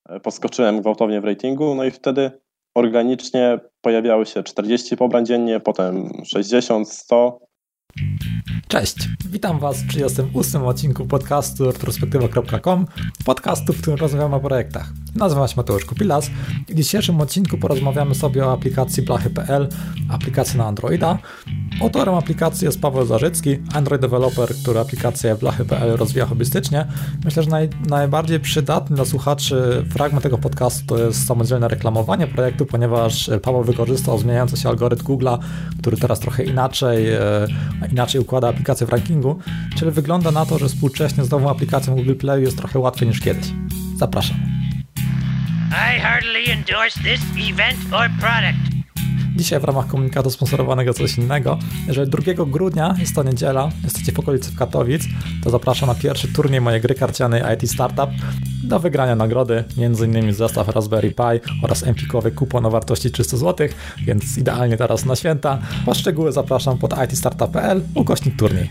poskoczyłem gwałtownie w ratingu, no i wtedy organicznie pojawiały się 40 pobrań dziennie, potem 60, 100. Cześć, witam Was w 38 odcinku podcastu retrospektywa.com, podcastu, w którym rozmawiamy o projektach. Nazywam się Mateusz Kupilas i w dzisiejszym odcinku porozmawiamy sobie o aplikacji blachy.pl, aplikacji na Androida. Autorem aplikacji jest Paweł Zarzycki, Android developer, który aplikację blachy.pl rozwija hobbystycznie. Myślę, że najbardziej przydatny dla słuchaczy fragment tego podcastu to jest samodzielne reklamowanie projektu, ponieważ Paweł wykorzystał zmieniający się algorytm Google'a, który teraz trochę inaczej układa aplikację w rankingu, czyli wygląda na to, że współcześnie z nową aplikacją Google Play jest trochę łatwiej niż kiedyś. Zapraszam. I heartily endorse this event or product. Dzisiaj w ramach komunikatu sponsorowanego coś innego. Jeżeli 2 grudnia, jest to niedziela, jesteście w okolicy Katowic, to zapraszam na pierwszy turniej mojej gry karcianej IT Startup. Do wygrania nagrody, m.in. zestaw Raspberry Pi oraz empikowy kupon o wartości 300 zł, więc idealnie teraz na święta. Po szczegóły zapraszam pod itstartup.pl/turniej.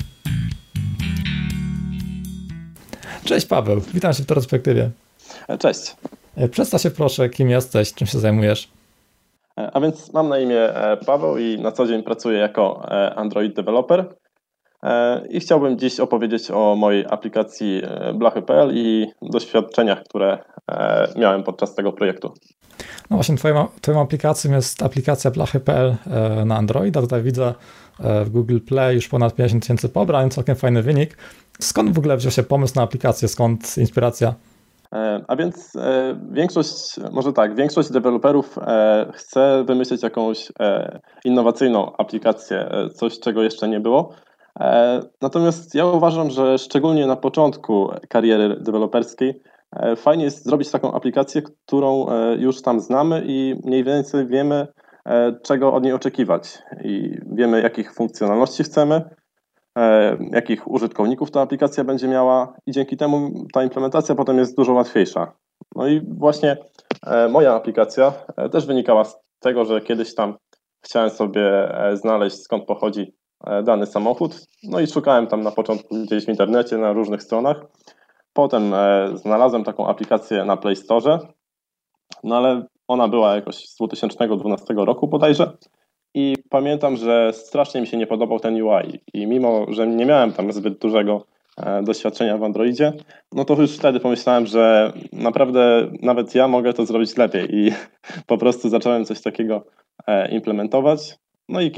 Cześć Paweł, witam się w retrospektywie. Cześć. Przedstaw się proszę, kim jesteś, czym się zajmujesz. A więc mam na imię Paweł i na co dzień pracuję jako Android developer i chciałbym dziś opowiedzieć o mojej aplikacji blachy.pl i doświadczeniach, które miałem podczas tego projektu. No właśnie, twoją aplikacją jest aplikacja blachy.pl na Androida. Tutaj widzę w Google Play już ponad 50 000 pobrań, całkiem fajny wynik. Skąd w ogóle wziął się pomysł na aplikację, skąd inspiracja? A więc większość deweloperów chce wymyślić jakąś innowacyjną aplikację, coś czego jeszcze nie było. Natomiast ja uważam, że szczególnie na początku kariery deweloperskiej fajnie jest zrobić taką aplikację, którą już tam znamy i mniej więcej wiemy, czego od niej oczekiwać i wiemy, jakich funkcjonalności chcemy, jakich użytkowników ta aplikacja będzie miała i dzięki temu ta implementacja potem jest dużo łatwiejsza. No i właśnie moja aplikacja też wynikała z tego, że kiedyś tam chciałem sobie znaleźć, skąd pochodzi dany samochód, no i szukałem tam na początku gdzieś w internecie, na różnych stronach. Potem znalazłem taką aplikację na Play Store, no ale ona była jakoś z 2012 roku bodajże. I pamiętam, że strasznie mi się nie podobał ten UI i mimo, że nie miałem tam zbyt dużego doświadczenia w Androidzie, no to już wtedy pomyślałem, że naprawdę nawet ja mogę to zrobić lepiej i po prostu zacząłem coś takiego implementować. No i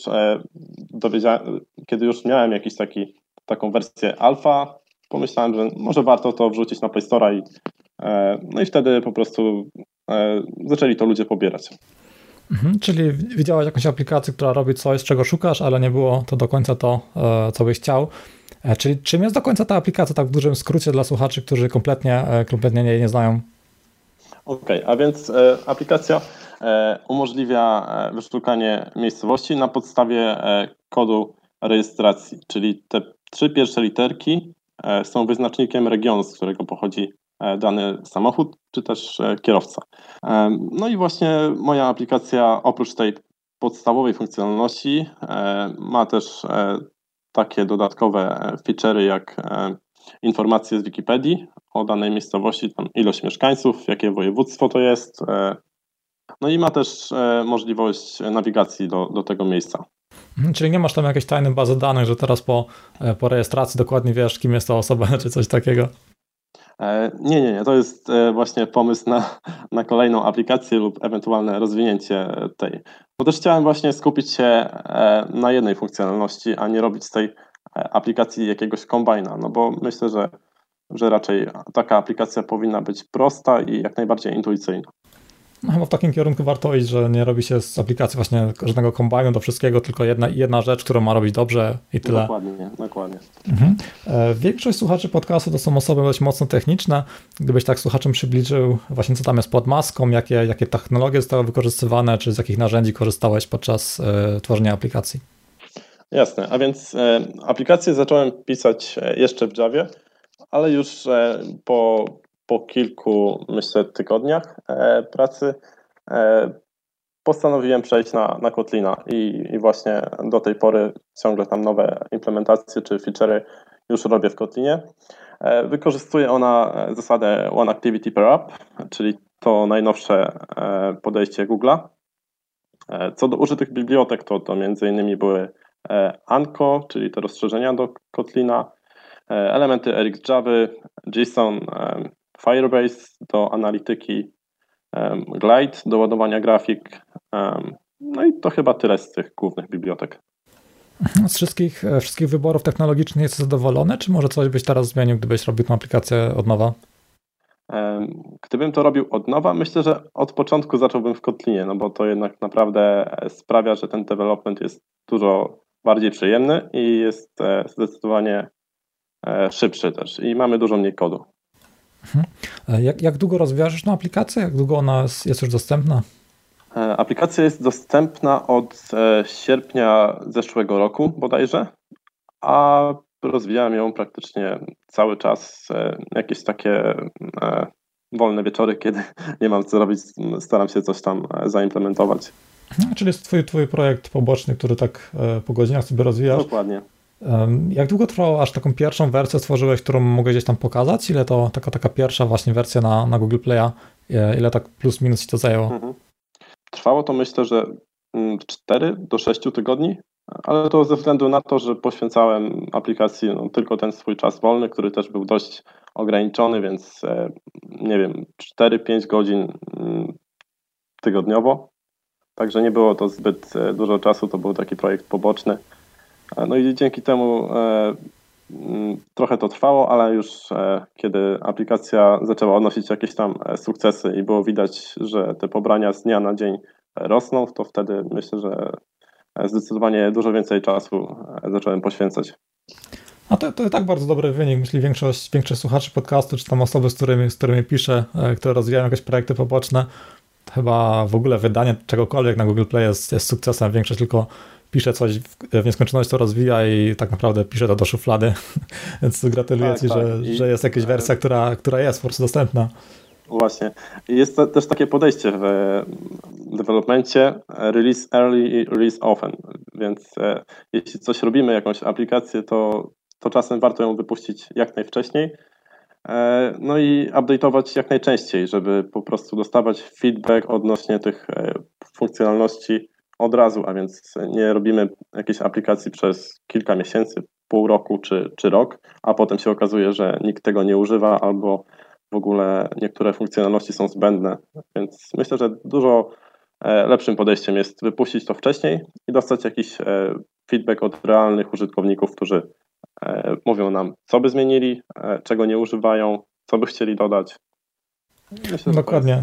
kiedy już miałem taką wersję alfa, pomyślałem, że może warto to wrzucić na Play Store'a no i wtedy po prostu zaczęli to ludzie pobierać. Czyli widziałeś jakąś aplikację, która robi coś, czego szukasz, ale nie było to do końca to, co byś chciał. Czyli czym jest do końca ta aplikacja, tak w dużym skrócie dla słuchaczy, którzy kompletnie jej nie znają? Okej, a więc aplikacja umożliwia wyszukanie miejscowości na podstawie kodu rejestracji, czyli te 3 pierwsze literki są wyznacznikiem regionu, z którego pochodzi dany samochód, czy też kierowca. No i właśnie moja aplikacja oprócz tej podstawowej funkcjonalności ma też takie dodatkowe feature'y jak informacje z Wikipedii o danej miejscowości, tam ilość mieszkańców, jakie województwo to jest. No i ma też możliwość nawigacji do tego miejsca. Czyli nie masz tam jakiejś tajnej bazy danych, że teraz po rejestracji dokładnie wiesz, kim jest ta osoba, czy coś takiego? Nie. To jest właśnie pomysł na kolejną aplikację lub ewentualne rozwinięcie tej. Bo też chciałem właśnie skupić się na jednej funkcjonalności, a nie robić z tej aplikacji jakiegoś kombajna, no bo myślę, że raczej taka aplikacja powinna być prosta i jak najbardziej intuicyjna. No chyba w takim kierunku warto iść, że nie robi się z aplikacji właśnie każdego kombajnu do wszystkiego, tylko jedna rzecz, którą ma robić dobrze i tyle. Dokładnie. Większość słuchaczy podcastu to są osoby dość mocno techniczne. Gdybyś tak słuchaczom przybliżył właśnie co tam jest pod maską, jakie technologie zostały wykorzystywane, czy z jakich narzędzi korzystałeś podczas tworzenia aplikacji? Jasne, a więc aplikację zacząłem pisać jeszcze w Javie, ale już po kilku, myślę, tygodniach pracy postanowiłem przejść na Kotlina i właśnie do tej pory ciągle tam nowe implementacje czy feature'y już robię w Kotlinie. Wykorzystuje ona zasadę One Activity per App, czyli to najnowsze podejście Google'a. Co do użytych bibliotek, to między innymi były Anko, czyli te rozszerzenia do Kotlina, elementy RxJava, JSON, Firebase do analityki, Glide do ładowania grafik. No i to chyba tyle z tych głównych bibliotek. Z wszystkich wyborów technologicznych jesteś zadowolony, czy może coś byś teraz zmienił, gdybyś robił tę aplikację od nowa? Gdybym to robił od nowa, myślę, że od początku zacząłbym w Kotlinie, no bo to jednak naprawdę sprawia, że ten development jest dużo bardziej przyjemny i jest zdecydowanie szybszy też i mamy dużo mniej kodu. Jak długo rozwijasz tę aplikację? Jak długo ona jest już dostępna? Aplikacja jest dostępna od sierpnia zeszłego roku bodajże, a rozwijałem ją praktycznie cały czas. Jakieś takie wolne wieczory, kiedy nie mam co robić, staram się coś tam zaimplementować. Czyli jest twój projekt poboczny, który tak po godzinach sobie rozwijasz? Dokładnie. Jak długo trwało, aż taką pierwszą wersję stworzyłeś, którą mogę gdzieś tam pokazać? Ile to taka pierwsza właśnie wersja na Google Play'a, ile tak plus minus ci to zajęło? Trwało to myślę, że 4 do 6 tygodni, ale to ze względu na to, że poświęcałem aplikacji tylko ten swój czas wolny, który też był dość ograniczony, więc nie wiem, 4-5 godzin tygodniowo. Także nie było to zbyt dużo czasu, to był taki projekt poboczny. No i dzięki temu trochę to trwało, ale już kiedy aplikacja zaczęła odnosić jakieś tam sukcesy i było widać, że te pobrania z dnia na dzień rosną, to wtedy myślę, że zdecydowanie dużo więcej czasu zacząłem poświęcać. A to i tak bardzo dobry wynik. Myślę, większość słuchaczy podcastu, czy tam osoby, z którymi piszę, które rozwijają jakieś projekty poboczne, to chyba w ogóle wydanie czegokolwiek na Google Play jest sukcesem. Większość tylko pisze coś w nieskończoność, to rozwija i tak naprawdę pisze to do szuflady. Więc gratuluję Ci, że jest jakaś wersja, która jest po prostu dostępna. Właśnie. Jest też takie podejście w developmencie release early i release often, więc jeśli coś robimy, jakąś aplikację, to czasem warto ją wypuścić jak najwcześniej, no i update'ować jak najczęściej, żeby po prostu dostawać feedback odnośnie tych funkcjonalności od razu, a więc nie robimy jakiejś aplikacji przez kilka miesięcy, pół roku czy rok, a potem się okazuje, że nikt tego nie używa albo w ogóle niektóre funkcjonalności są zbędne, więc myślę, że dużo lepszym podejściem jest wypuścić to wcześniej i dostać jakiś feedback od realnych użytkowników, którzy mówią nam, co by zmienili, czego nie używają, co by chcieli dodać. Myślę, dokładnie.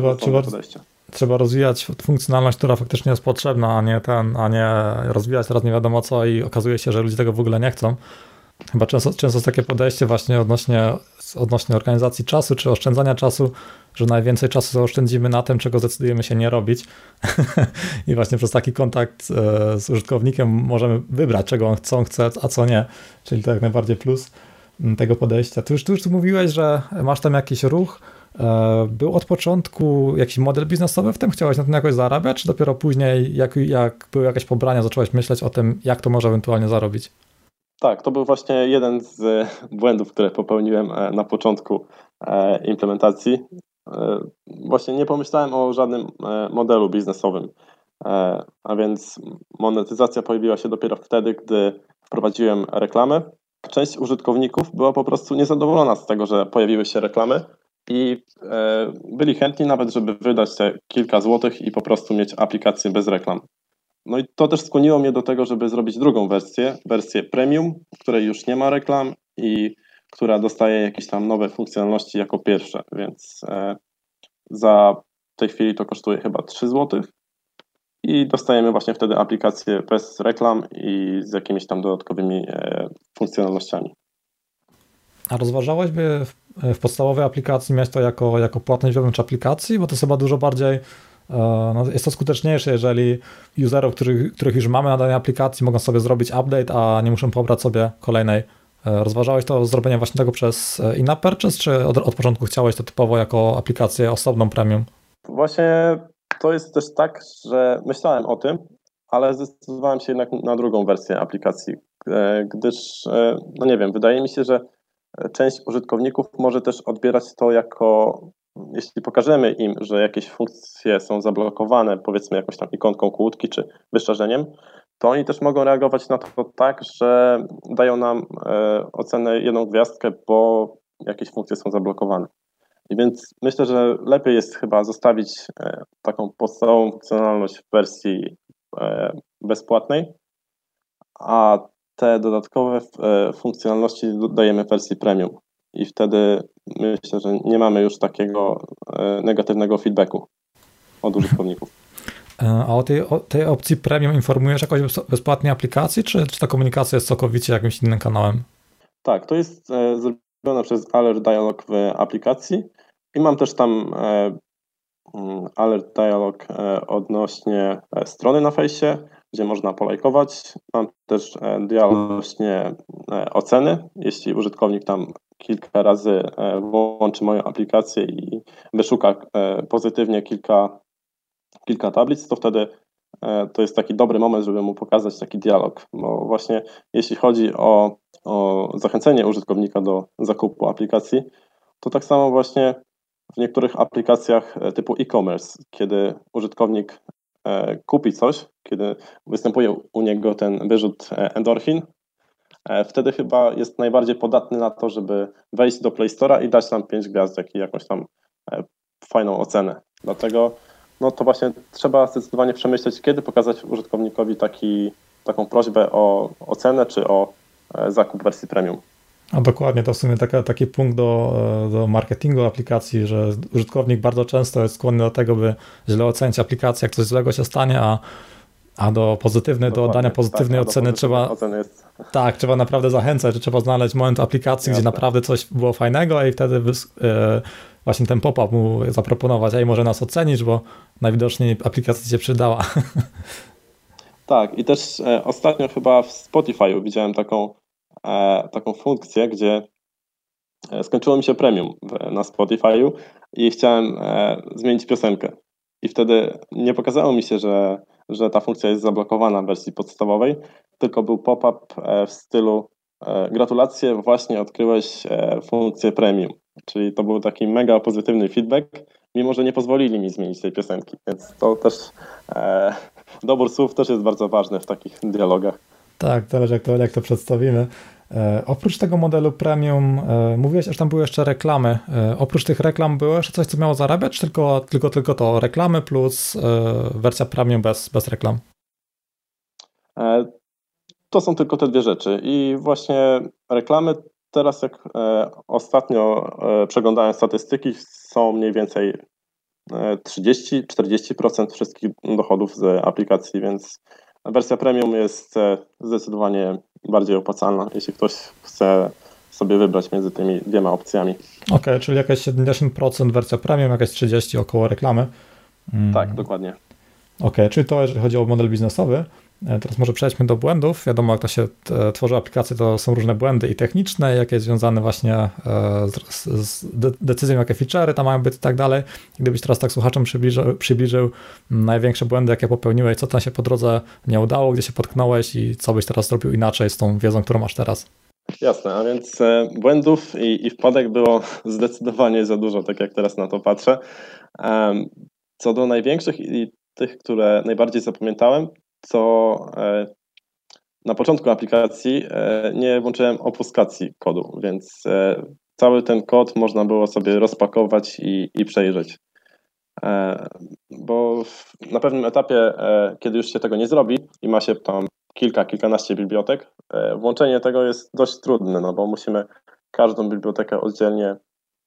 Trzeba rozwijać funkcjonalność, która faktycznie jest potrzebna, a nie rozwijać teraz nie wiadomo co i okazuje się, że ludzie tego w ogóle nie chcą. Chyba często jest takie podejście właśnie odnośnie organizacji czasu, czy oszczędzania czasu, że najwięcej czasu zaoszczędzimy na tym, czego zdecydujemy się nie robić. I właśnie przez taki kontakt z użytkownikiem możemy wybrać, czego on chce, a co nie. Czyli to jak najbardziej plus tego podejścia. Ty już tu mówiłeś, że masz tam jakiś ruch. Był od początku jakiś model biznesowy w tym? Chciałeś na tym jakoś zarabiać, czy dopiero później, jak były jakieś pobrania, zacząłeś myśleć o tym, jak to może ewentualnie zarobić? Tak, to był właśnie jeden z błędów, które popełniłem na początku implementacji. Właśnie nie pomyślałem o żadnym modelu biznesowym, a więc monetyzacja pojawiła się dopiero wtedy, gdy wprowadziłem reklamę. Część użytkowników była po prostu niezadowolona z tego, że pojawiły się reklamy i byli chętni nawet, żeby wydać te kilka złotych i po prostu mieć aplikację bez reklam. No i to też skłoniło mnie do tego, żeby zrobić drugą wersję premium, w której już nie ma reklam i która dostaje jakieś tam nowe funkcjonalności jako pierwsze, więc za w tej chwili to kosztuje chyba 3 zł i dostajemy właśnie wtedy aplikację bez reklam i z jakimiś tam dodatkowymi funkcjonalnościami. A rozważałeś by w podstawowej aplikacji mieć to jako płatność wewnątrz aplikacji, bo to jest chyba dużo bardziej jest to skuteczniejsze, jeżeli userów, których już mamy na danej aplikacji, mogą sobie zrobić update, a nie muszą pobrać sobie kolejnej. Rozważałeś to zrobienie właśnie tego przez in-app purchase, czy od początku chciałeś to typowo jako aplikację osobną premium? Właśnie to jest też tak, że myślałem o tym, ale zdecydowałem się jednak na drugą wersję aplikacji, gdyż, no nie wiem, wydaje mi się, że część użytkowników może też odbierać to jako, jeśli pokażemy im, że jakieś funkcje są zablokowane, powiedzmy jakąś tam ikonką kłódki czy wyszczerzeniem, to oni też mogą reagować na to tak, że dają nam ocenę 1 gwiazdkę, bo jakieś funkcje są zablokowane. I więc myślę, że lepiej jest chyba zostawić taką podstawową funkcjonalność w wersji bezpłatnej, a te dodatkowe funkcjonalności dodajemy w wersji premium. I wtedy myślę, że nie mamy już takiego negatywnego feedbacku od użytkowników. A o tej opcji premium informujesz jakoś bezpłatnej aplikacji, czy ta komunikacja jest całkowicie jakimś innym kanałem? Tak, to jest zrobione przez Alert Dialog w aplikacji i mam też tam Alert Dialog odnośnie strony na fejsie, gdzie można polajkować. Mam też dialog odnośnie oceny. Jeśli użytkownik tam kilka razy włączy moją aplikację i wyszuka pozytywnie kilka tablic, to wtedy to jest taki dobry moment, żeby mu pokazać taki dialog, bo właśnie jeśli chodzi o zachęcenie użytkownika do zakupu aplikacji, to tak samo właśnie w niektórych aplikacjach typu e-commerce, kiedy użytkownik kupi coś, kiedy występuje u niego ten wyrzut endorfin, wtedy chyba jest najbardziej podatny na to, żeby wejść do Play Store'a i dać nam 5 gwiazdek i jakąś tam fajną ocenę. Dlatego no to właśnie trzeba zdecydowanie przemyśleć, kiedy pokazać użytkownikowi taką prośbę o ocenę czy o zakup wersji premium. A dokładnie, to w sumie taki punkt do marketingu aplikacji, że użytkownik bardzo często jest skłonny do tego, by źle ocenić aplikację, jak coś złego się stanie, a do dania pozytywnej oceny trzeba naprawdę zachęcać, że trzeba znaleźć moment aplikacji, gdzie naprawdę coś było fajnego i wtedy właśnie ten pop-up mu zaproponować, może nas ocenić, bo najwidoczniej aplikacja się przydała. Tak, i też ostatnio chyba w Spotify'u widziałem taką funkcję, gdzie skończyło mi się premium na Spotify'u i chciałem zmienić piosenkę. I wtedy nie pokazało mi się, że ta funkcja jest zablokowana w wersji podstawowej, tylko był pop-up w stylu gratulacje, właśnie odkryłeś funkcję premium. Czyli to był taki mega pozytywny feedback, mimo że nie pozwolili mi zmienić tej piosenki. Więc to też dobór słów też jest bardzo ważny w takich dialogach. Tak, zależy jak to przedstawimy. Oprócz tego modelu premium, mówiłeś, że tam były jeszcze reklamy. Oprócz tych reklam było jeszcze coś, co miało zarabiać, czy tylko to reklamy plus wersja premium bez reklam? To są tylko te dwie rzeczy. I właśnie reklamy teraz, jak ostatnio przeglądałem statystyki, są mniej więcej 30-40% wszystkich dochodów z aplikacji, więc wersja premium jest zdecydowanie bardziej opłacalna, jeśli ktoś chce sobie wybrać między tymi dwiema opcjami. Okej, czyli jakieś 70% wersja premium, jakieś 30% około reklamy. Tak, dokładnie. Okej, czyli to jeżeli chodzi o model biznesowy. Teraz może przejdźmy do błędów. Wiadomo, jak to się tworzy aplikacje, to są różne błędy i techniczne, jakie związane właśnie z decyzją, jakie feature'y tam mają być i tak dalej. Gdybyś teraz tak słuchaczom przybliżył największe błędy, jakie popełniłeś, co tam się po drodze nie udało, gdzie się potknąłeś i co byś teraz zrobił inaczej z tą wiedzą, którą masz teraz? Jasne, a więc błędów i wpadek było zdecydowanie za dużo, tak jak teraz na to patrzę. Co do największych i tych, które najbardziej zapamiętałem, to na początku aplikacji nie włączyłem opuskacji kodu, więc cały ten kod można było sobie rozpakować i przejrzeć. Bo na pewnym etapie, kiedy już się tego nie zrobi i ma się tam kilkanaście bibliotek, włączenie tego jest dość trudne, no bo musimy każdą bibliotekę oddzielnie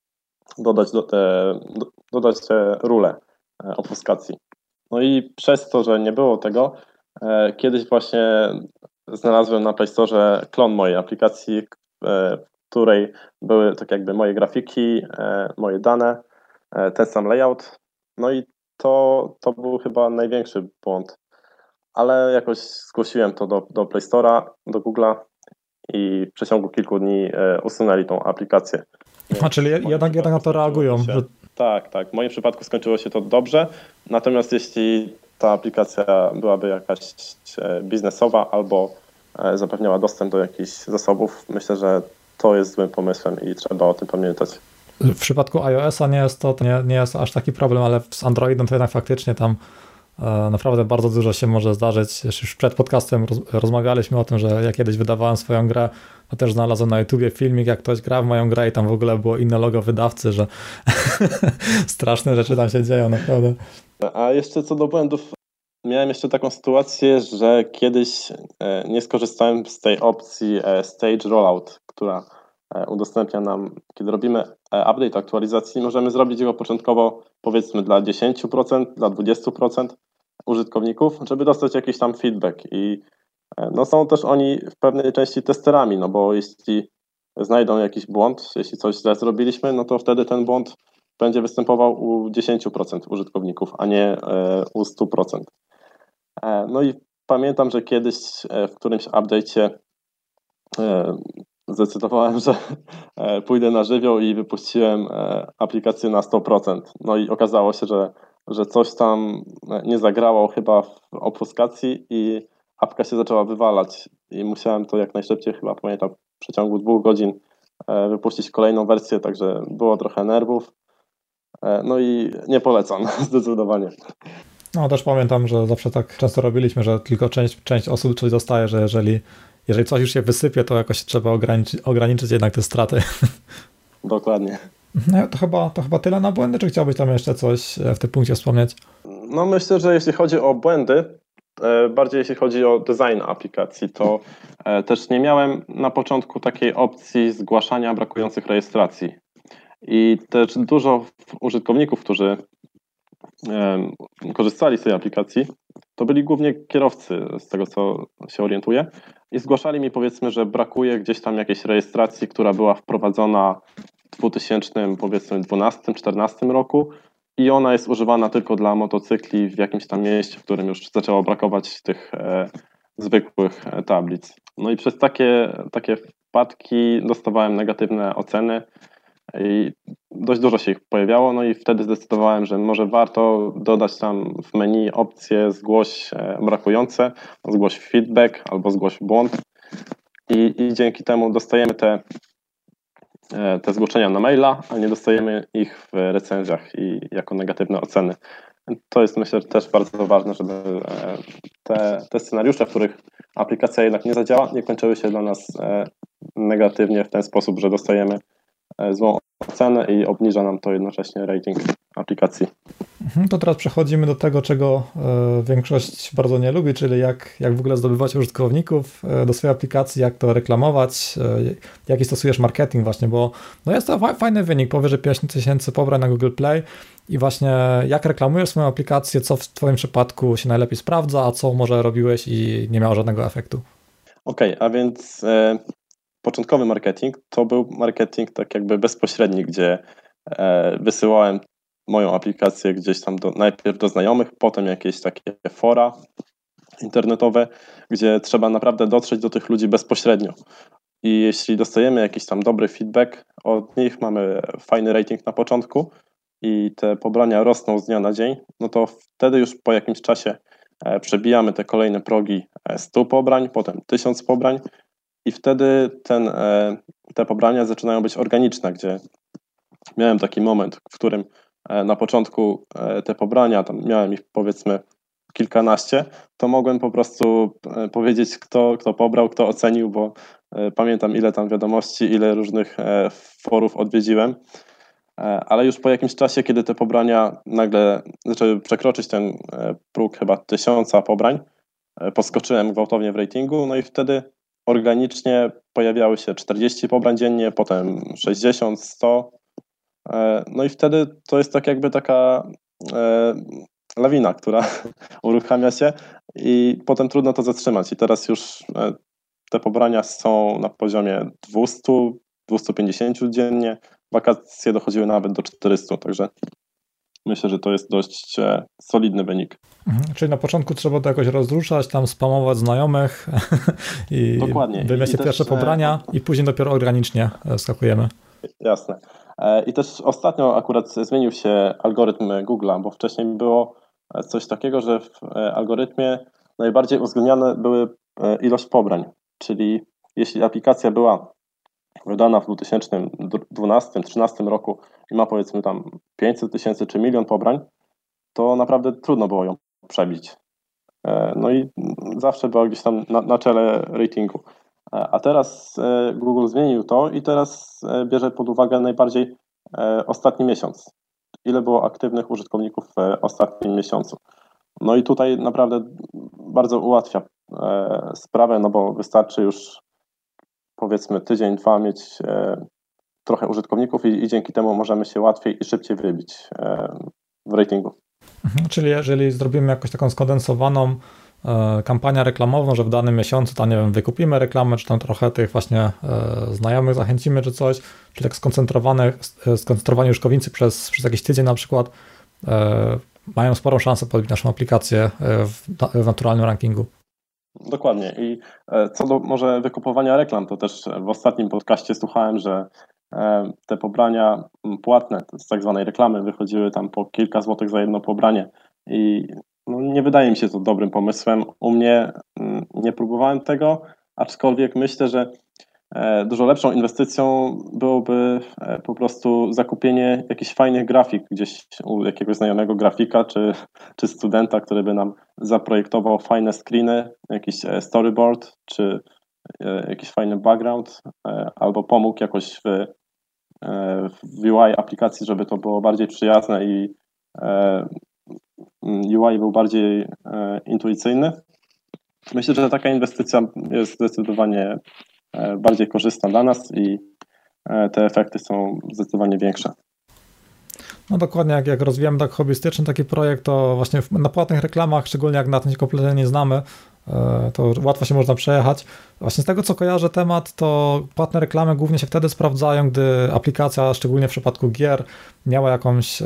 dodać te rule opuskacji. No i przez to, że nie było tego, kiedyś właśnie znalazłem na Play Store klon mojej aplikacji, w której były tak jakby moje grafiki, moje dane, ten sam layout. No i to był chyba największy błąd. Ale jakoś zgłosiłem to do Play Store'a, do Google'a i w przeciągu kilku dni usunęli tą aplikację. Czyli jednak na to reagują. Tak. W moim przypadku skończyło się to dobrze, natomiast jeśli ta aplikacja byłaby jakaś biznesowa albo zapewniała dostęp do jakichś zasobów, myślę, że to jest złym pomysłem i trzeba o tym pamiętać. W przypadku iOS-a nie jest aż taki problem, ale z Androidem to jednak faktycznie tam naprawdę bardzo dużo się może zdarzyć. Już przed podcastem rozmawialiśmy o tym, że jak kiedyś wydawałem swoją grę, to też znalazłem na YouTubie filmik, jak ktoś gra w moją grę i tam w ogóle było inne logo wydawcy, że straszne rzeczy tam się dzieją, naprawdę. A jeszcze co do błędów, miałem jeszcze taką sytuację, że kiedyś nie skorzystałem z tej opcji Stage Rollout, która udostępnia nam, kiedy robimy update aktualizacji, możemy zrobić go początkowo powiedzmy dla 10%, dla 20% użytkowników, żeby dostać jakiś tam feedback i no są też oni w pewnej części testerami, no bo jeśli znajdą jakiś błąd, jeśli coś źle zrobiliśmy, no to wtedy ten błąd będzie występował u 10% użytkowników, a nie u 100%. No i pamiętam, że kiedyś w którymś update'cie zdecydowałem, że pójdę na żywioł i wypuściłem aplikację na 100%. No i okazało się, że coś tam nie zagrało chyba w obfuskacji i apka się zaczęła wywalać i musiałem to jak najszybciej, chyba pamiętam, w przeciągu 2 godzin wypuścić kolejną wersję, także było trochę nerwów. No i nie polecam zdecydowanie. No też pamiętam, że zawsze tak często robiliśmy, że tylko część osób coś dostaje, że jeżeli coś już się wysypie, to jakoś trzeba ograniczyć jednak te straty. Dokładnie. No to chyba tyle na błędy, czy chciałbyś tam jeszcze coś w tym punkcie wspomnieć? No myślę, że jeśli chodzi o błędy, bardziej jeśli chodzi o design aplikacji, to też nie miałem na początku takiej opcji zgłaszania brakujących rejestracji. I też dużo użytkowników, którzy korzystali z tej aplikacji, to byli głównie kierowcy, z tego co się orientuję, i zgłaszali mi powiedzmy, że brakuje gdzieś tam jakiejś rejestracji, która była wprowadzona w 2012-2014 roku i ona jest używana tylko dla motocykli w jakimś tam mieście, w którym już zaczęło brakować tych zwykłych tablic. No i przez takie wpadki dostawałem negatywne oceny i dość dużo się ich pojawiało, no i wtedy zdecydowałem, że może warto dodać tam w menu opcję zgłoś brakujące, zgłoś feedback albo zgłoś błąd i dzięki temu dostajemy te zgłoszenia na maila, a nie dostajemy ich w recenzjach i jako negatywne oceny. To jest myślę też bardzo ważne, żeby te scenariusze, w których aplikacja jednak nie zadziała, nie kończyły się dla nas negatywnie w ten sposób, że dostajemy złą ocenę i obniża nam to jednocześnie rating aplikacji. To teraz przechodzimy do tego, czego większość bardzo nie lubi, czyli jak w ogóle zdobywać użytkowników do swojej aplikacji, jak to reklamować, jaki stosujesz marketing właśnie, bo no jest to fajny wynik, powyżej 5000 pobrań na Google Play i właśnie jak reklamujesz swoją aplikację, co w twoim przypadku się najlepiej sprawdza, a co może robiłeś i nie miało żadnego efektu. Okej, a więc początkowy marketing to był marketing tak jakby bezpośredni, gdzie wysyłałem moją aplikację gdzieś tam najpierw do znajomych, potem jakieś takie fora internetowe, gdzie trzeba naprawdę dotrzeć do tych ludzi bezpośrednio. I jeśli dostajemy jakiś tam dobry feedback od nich, mamy fajny rating na początku i te pobrania rosną z dnia na dzień, no to wtedy już po jakimś czasie przebijamy te kolejne progi 100 pobrań, potem 1000 pobrań i wtedy te pobrania zaczynają być organiczne, gdzie miałem taki moment, w którym na początku te pobrania, tam miałem ich powiedzmy kilkanaście, to mogłem po prostu powiedzieć, kto pobrał, kto ocenił, bo pamiętam ile tam wiadomości, ile różnych forów odwiedziłem, ale już po jakimś czasie, kiedy te pobrania nagle zaczęły przekroczyć ten próg chyba 1000 pobrań, poskoczyłem gwałtownie w ratingu, no i wtedy organicznie pojawiały się 40 pobrań dziennie, potem 60, 100, no i wtedy to jest tak jakby taka lawina, która uruchamia się i potem trudno to zatrzymać i teraz już te pobrania są na poziomie 200, 250 dziennie, wakacje dochodziły nawet do 400, także myślę, że to jest dość solidny wynik. Czyli na początku trzeba to jakoś rozruszać, tam spamować znajomych i wymyślić pierwsze pobrania i później dopiero organicznie skakujemy. Jasne. I też ostatnio akurat zmienił się algorytm Google'a, bo wcześniej było coś takiego, że w algorytmie najbardziej uwzględniane były ilość pobrań, czyli jeśli aplikacja była wydana w 2012-2013 roku i ma powiedzmy tam 500 000 czy 1 000 000 pobrań, to naprawdę trudno było ją przebić. No i zawsze była gdzieś tam na czele ratingu. A teraz Google zmienił to i teraz bierze pod uwagę najbardziej ostatni miesiąc. Ile było aktywnych użytkowników w ostatnim miesiącu. No i tutaj naprawdę bardzo ułatwia sprawę, no bo wystarczy już powiedzmy tydzień, dwa mieć trochę użytkowników i dzięki temu możemy się łatwiej i szybciej wybić w ratingu. Czyli jeżeli zrobimy jakąś taką skondensowaną kampanię reklamową, że w danym miesiącu tam, nie wiem, wykupimy reklamę, czy tam trochę tych właśnie znajomych zachęcimy, czy coś, czyli tak skoncentrowani użytkownicy przez jakiś tydzień na przykład mają sporą szansę podbić naszą aplikację w naturalnym rankingu. Dokładnie. I co do może wykupowania reklam, to też w ostatnim podcaście słuchałem, że te pobrania płatne z tak zwanej reklamy wychodziły tam po kilka złotych za jedno pobranie i no, nie wydaje mi się to dobrym pomysłem. U mnie nie próbowałem tego, aczkolwiek myślę, że dużo lepszą inwestycją byłoby po prostu zakupienie jakichś fajnych grafik gdzieś u jakiegoś znajomego grafika czy studenta, który by nam zaprojektował fajne screeny, jakiś storyboard czy jakiś fajny background albo pomógł jakoś w UI aplikacji, żeby to było bardziej przyjazne i UI był bardziej intuicyjny. Myślę, że taka inwestycja jest zdecydowanie bardziej korzystna dla nas i te efekty są zdecydowanie większe. No dokładnie, jak rozwijamy tak hobbystycznie taki projekt, to właśnie na płatnych reklamach, szczególnie jak na tym się kompletnie nie znamy, to łatwo się można przejechać. Właśnie z tego, co kojarzę temat, to płatne reklamy głównie się wtedy sprawdzają, gdy aplikacja, szczególnie w przypadku gier, miała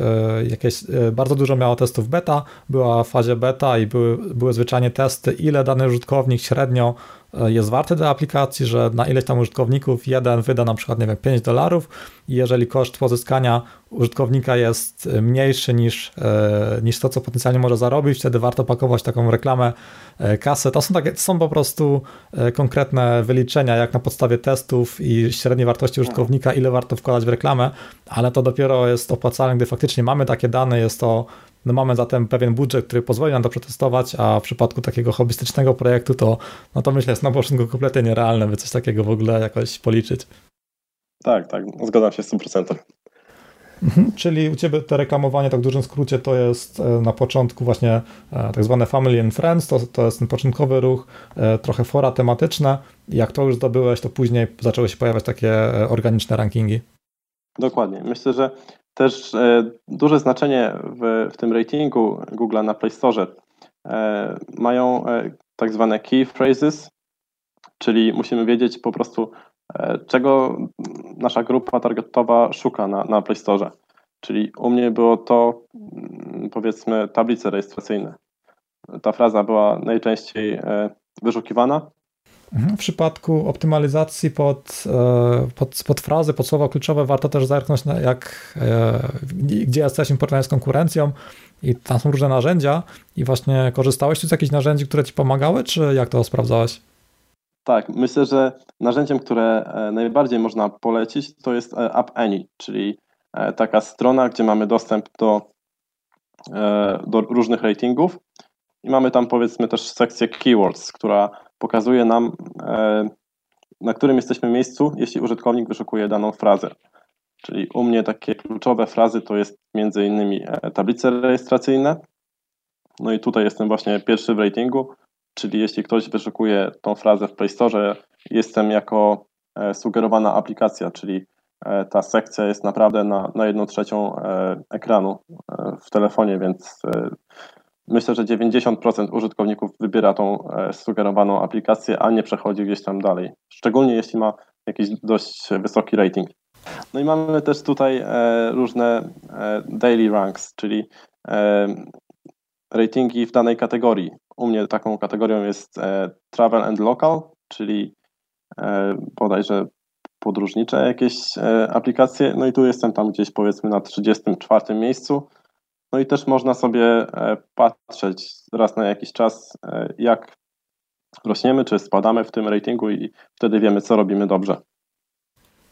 bardzo dużo miała testów beta, była w fazie beta i były zwyczajnie testy, ile dany użytkownik średnio jest warty tej aplikacji, że na ileś tam użytkowników jeden wyda na przykład, nie wiem, $5 i jeżeli koszt pozyskania użytkownika jest mniejszy niż to, co potencjalnie może zarobić, wtedy warto pakować taką reklamę kasę. To są po prostu konkretne wyliczenia, jak na podstawie testów i średniej wartości użytkownika, ile warto wkładać w reklamę, ale to dopiero jest opłacalne, gdy faktycznie mamy takie dane, mamy zatem pewien budżet, który pozwoli nam to przetestować, a w przypadku takiego hobbystycznego projektu to myślę, jest na początku kompletnie nierealne, by coś takiego w ogóle jakoś policzyć. Tak, zgadzam się w 100%. Czyli u Ciebie to reklamowanie, tak w dużym skrócie, to jest na początku właśnie tak zwane Family and Friends, to jest ten początkowy ruch, trochę fora tematyczne. Jak to już zdobyłeś, to później zaczęły się pojawiać takie organiczne rankingi. Dokładnie. Myślę, że też duże znaczenie w tym ratingu Google na Play Store mają tak zwane key phrases, czyli musimy wiedzieć po prostu, czego nasza grupa targetowa szuka na Play Store. Czyli u mnie było to, powiedzmy, tablice rejestracyjne. Ta fraza była najczęściej wyszukiwana. W przypadku optymalizacji pod frazy, pod słowa kluczowe warto też zerknąć na gdzie jesteśmy w porównaniu z konkurencją i tam są różne narzędzia i właśnie korzystałeś tu z jakichś narzędzi, które Ci pomagały, czy jak to sprawdzałeś? Tak, myślę, że narzędziem, które najbardziej można polecić, to jest App Annie, czyli taka strona, gdzie mamy dostęp do różnych ratingów i mamy tam powiedzmy też sekcję keywords, która pokazuje nam, na którym jesteśmy miejscu, jeśli użytkownik wyszukuje daną frazę. Czyli u mnie takie kluczowe frazy to jest między innymi tablice rejestracyjne. No i tutaj jestem właśnie pierwszy w ratingu, czyli jeśli ktoś wyszukuje tą frazę w Play Store, jestem jako sugerowana aplikacja, czyli ta sekcja jest naprawdę na 1/3 ekranu w telefonie, więc myślę, że 90% użytkowników wybiera tą sugerowaną aplikację, a nie przechodzi gdzieś tam dalej. Szczególnie jeśli ma jakiś dość wysoki rating. No i mamy też tutaj różne daily ranks, czyli ratingi w danej kategorii. U mnie taką kategorią jest travel and local, czyli bodajże podróżnicze jakieś aplikacje. No i tu jestem tam gdzieś powiedzmy na 34 miejscu. No i też można sobie patrzeć raz na jakiś czas, jak rośniemy, czy spadamy w tym ratingu i wtedy wiemy, co robimy dobrze.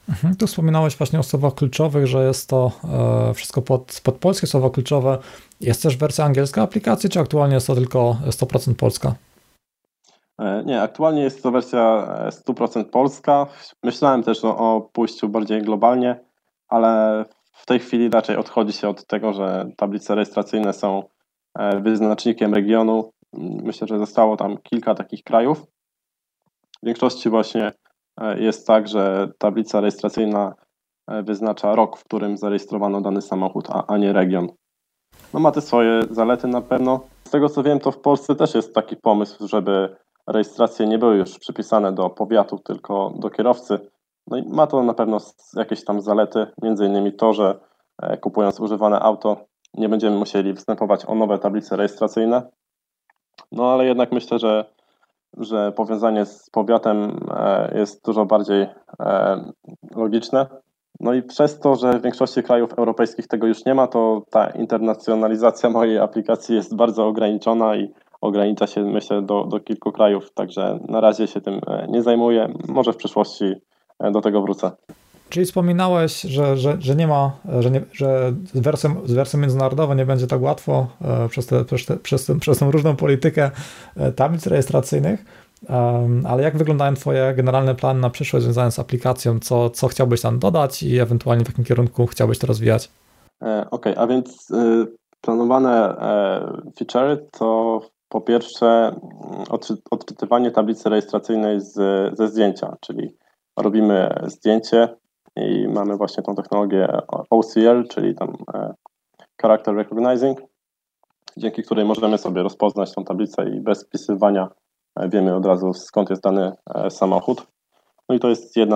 Tu wspominałeś właśnie o słowach kluczowych, że jest to wszystko pod polskie słowa kluczowe. Jest też wersja angielska aplikacji, czy aktualnie jest to tylko 100% polska? Nie, aktualnie jest to wersja 100% polska. Myślałem też o pójściu bardziej globalnie, ale w tej chwili raczej odchodzi się od tego, że tablice rejestracyjne są wyznacznikiem regionu. Myślę, że zostało tam kilka takich krajów. W większości właśnie jest tak, że tablica rejestracyjna wyznacza rok, w którym zarejestrowano dany samochód, a nie region. No ma te swoje zalety na pewno. Z tego co wiem, to w Polsce też jest taki pomysł, żeby rejestracje nie były już przypisane do powiatu, tylko do kierowcy. No i ma to na pewno jakieś tam zalety, między innymi to, że kupując używane auto nie będziemy musieli wstępować o nowe tablice rejestracyjne. No ale jednak myślę, że powiązanie z powiatem jest dużo bardziej logiczne. No i przez to, że w większości krajów europejskich tego już nie ma, to ta internacjonalizacja mojej aplikacji jest bardzo ograniczona i ogranicza się, myślę, do kilku krajów, także na razie się tym nie zajmuję. Może w przyszłości do tego wrócę. Czyli wspominałeś, że nie ma, że z wersją międzynarodową nie będzie tak łatwo przez tą różną politykę tablic rejestracyjnych, ale jak wyglądają Twoje generalne plany na przyszłość związane z aplikacją? Co chciałbyś tam dodać i ewentualnie w jakim kierunku chciałbyś to rozwijać? Okej, a więc planowane feature to po pierwsze odczytywanie tablicy rejestracyjnej ze zdjęcia, czyli robimy zdjęcie i mamy właśnie tą technologię OCR, czyli tam Character Recognizing, dzięki której możemy sobie rozpoznać tą tablicę i bez wpisywania wiemy od razu, skąd jest dany samochód. No i to jest jedna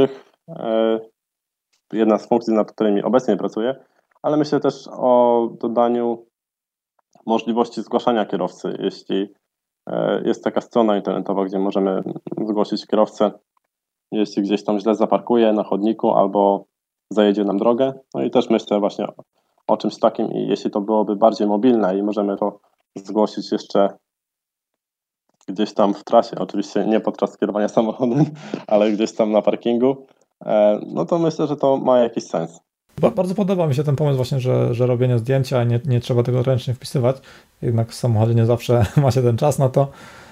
z funkcji, nad którymi obecnie pracuję, ale myślę też o dodaniu możliwości zgłaszania kierowcy, jeśli jest taka strona internetowa, gdzie możemy zgłosić kierowcę, jeśli gdzieś tam źle zaparkuje na chodniku albo zajedzie nam drogę. No i też myślę właśnie o czymś takim i jeśli to byłoby bardziej mobilne i możemy to zgłosić jeszcze gdzieś tam w trasie, oczywiście nie podczas kierowania samochodem, ale gdzieś tam na parkingu, no to myślę, że to ma jakiś sens. Bardzo podoba mi się ten pomysł właśnie, że robienie zdjęcia nie trzeba tego ręcznie wpisywać, jednak w samochodzie nie zawsze ma się ten czas na to.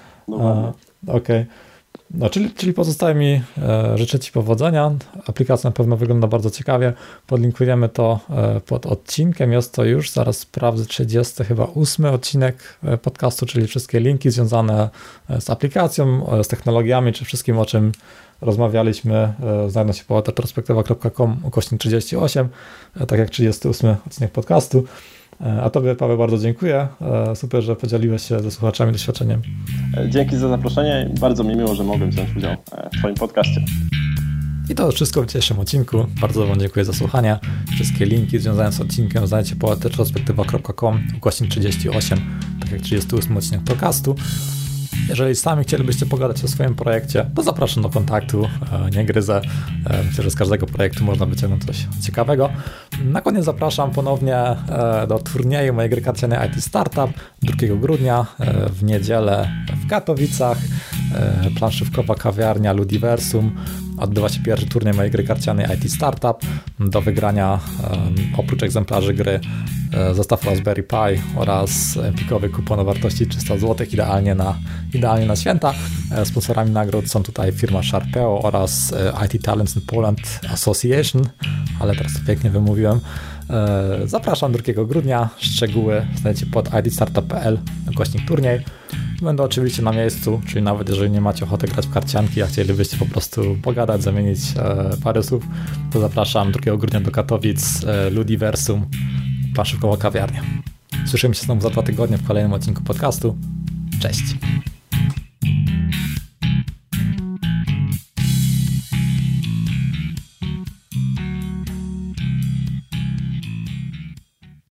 Okej. No, czyli pozostaje mi życzyć Ci powodzenia. Aplikacja na pewno wygląda bardzo ciekawie. Podlinkujemy to pod odcinkiem. Jest to już, zaraz sprawdzę, 38 odcinek podcastu, czyli wszystkie linki związane z aplikacją, z technologiami, czy wszystkim, o czym rozmawialiśmy, znajdą się po retrospektywa.com/38, tak jak 38 odcinek podcastu. A Tobie, Paweł, bardzo dziękuję. Super, że podzieliłeś się ze słuchaczami doświadczeniem. Dzięki za zaproszenie. Bardzo mi miło, że mogłem wziąć udział w Twoim podcaście. I to wszystko w dzisiejszym odcinku. Bardzo Wam dziękuję za słuchanie. Wszystkie linki związane z odcinkiem znajdziecie po retrospektywa.com/38, tak jak 38 odcinek podcastu. Jeżeli sami chcielibyście pogadać o swoim projekcie, to zapraszam do kontaktu, nie gryzę. Myślę, że z każdego projektu można wyciągnąć coś ciekawego. Na koniec zapraszam ponownie do turnieju mojej gry karcianej IT Startup 2 grudnia w niedzielę w Katowicach. Planszówkowa kawiarnia Ludiversum. Odbywa się pierwszy turniej mojej gry karcianej IT Startup. Do wygrania oprócz egzemplarzy gry zestaw Raspberry Pi oraz pikowy kupon o wartości 300 zł idealnie na święta. Sponsorami nagród są tutaj firma Sharpeo oraz IT Talents in Poland Association, ale teraz to pięknie wymówiłem. Zapraszam 2 grudnia. Szczegóły znajdziecie pod idstartup.pl/turniej. Będę oczywiście na miejscu, czyli nawet jeżeli nie macie ochoty grać w karcianki, a chcielibyście po prostu pogadać, zamienić parę słów, to zapraszam 2 grudnia do Katowic, Ludiversum, planszówkowa kawiarnia. Słyszymy się znowu za 2 tygodnie w kolejnym odcinku podcastu. Cześć!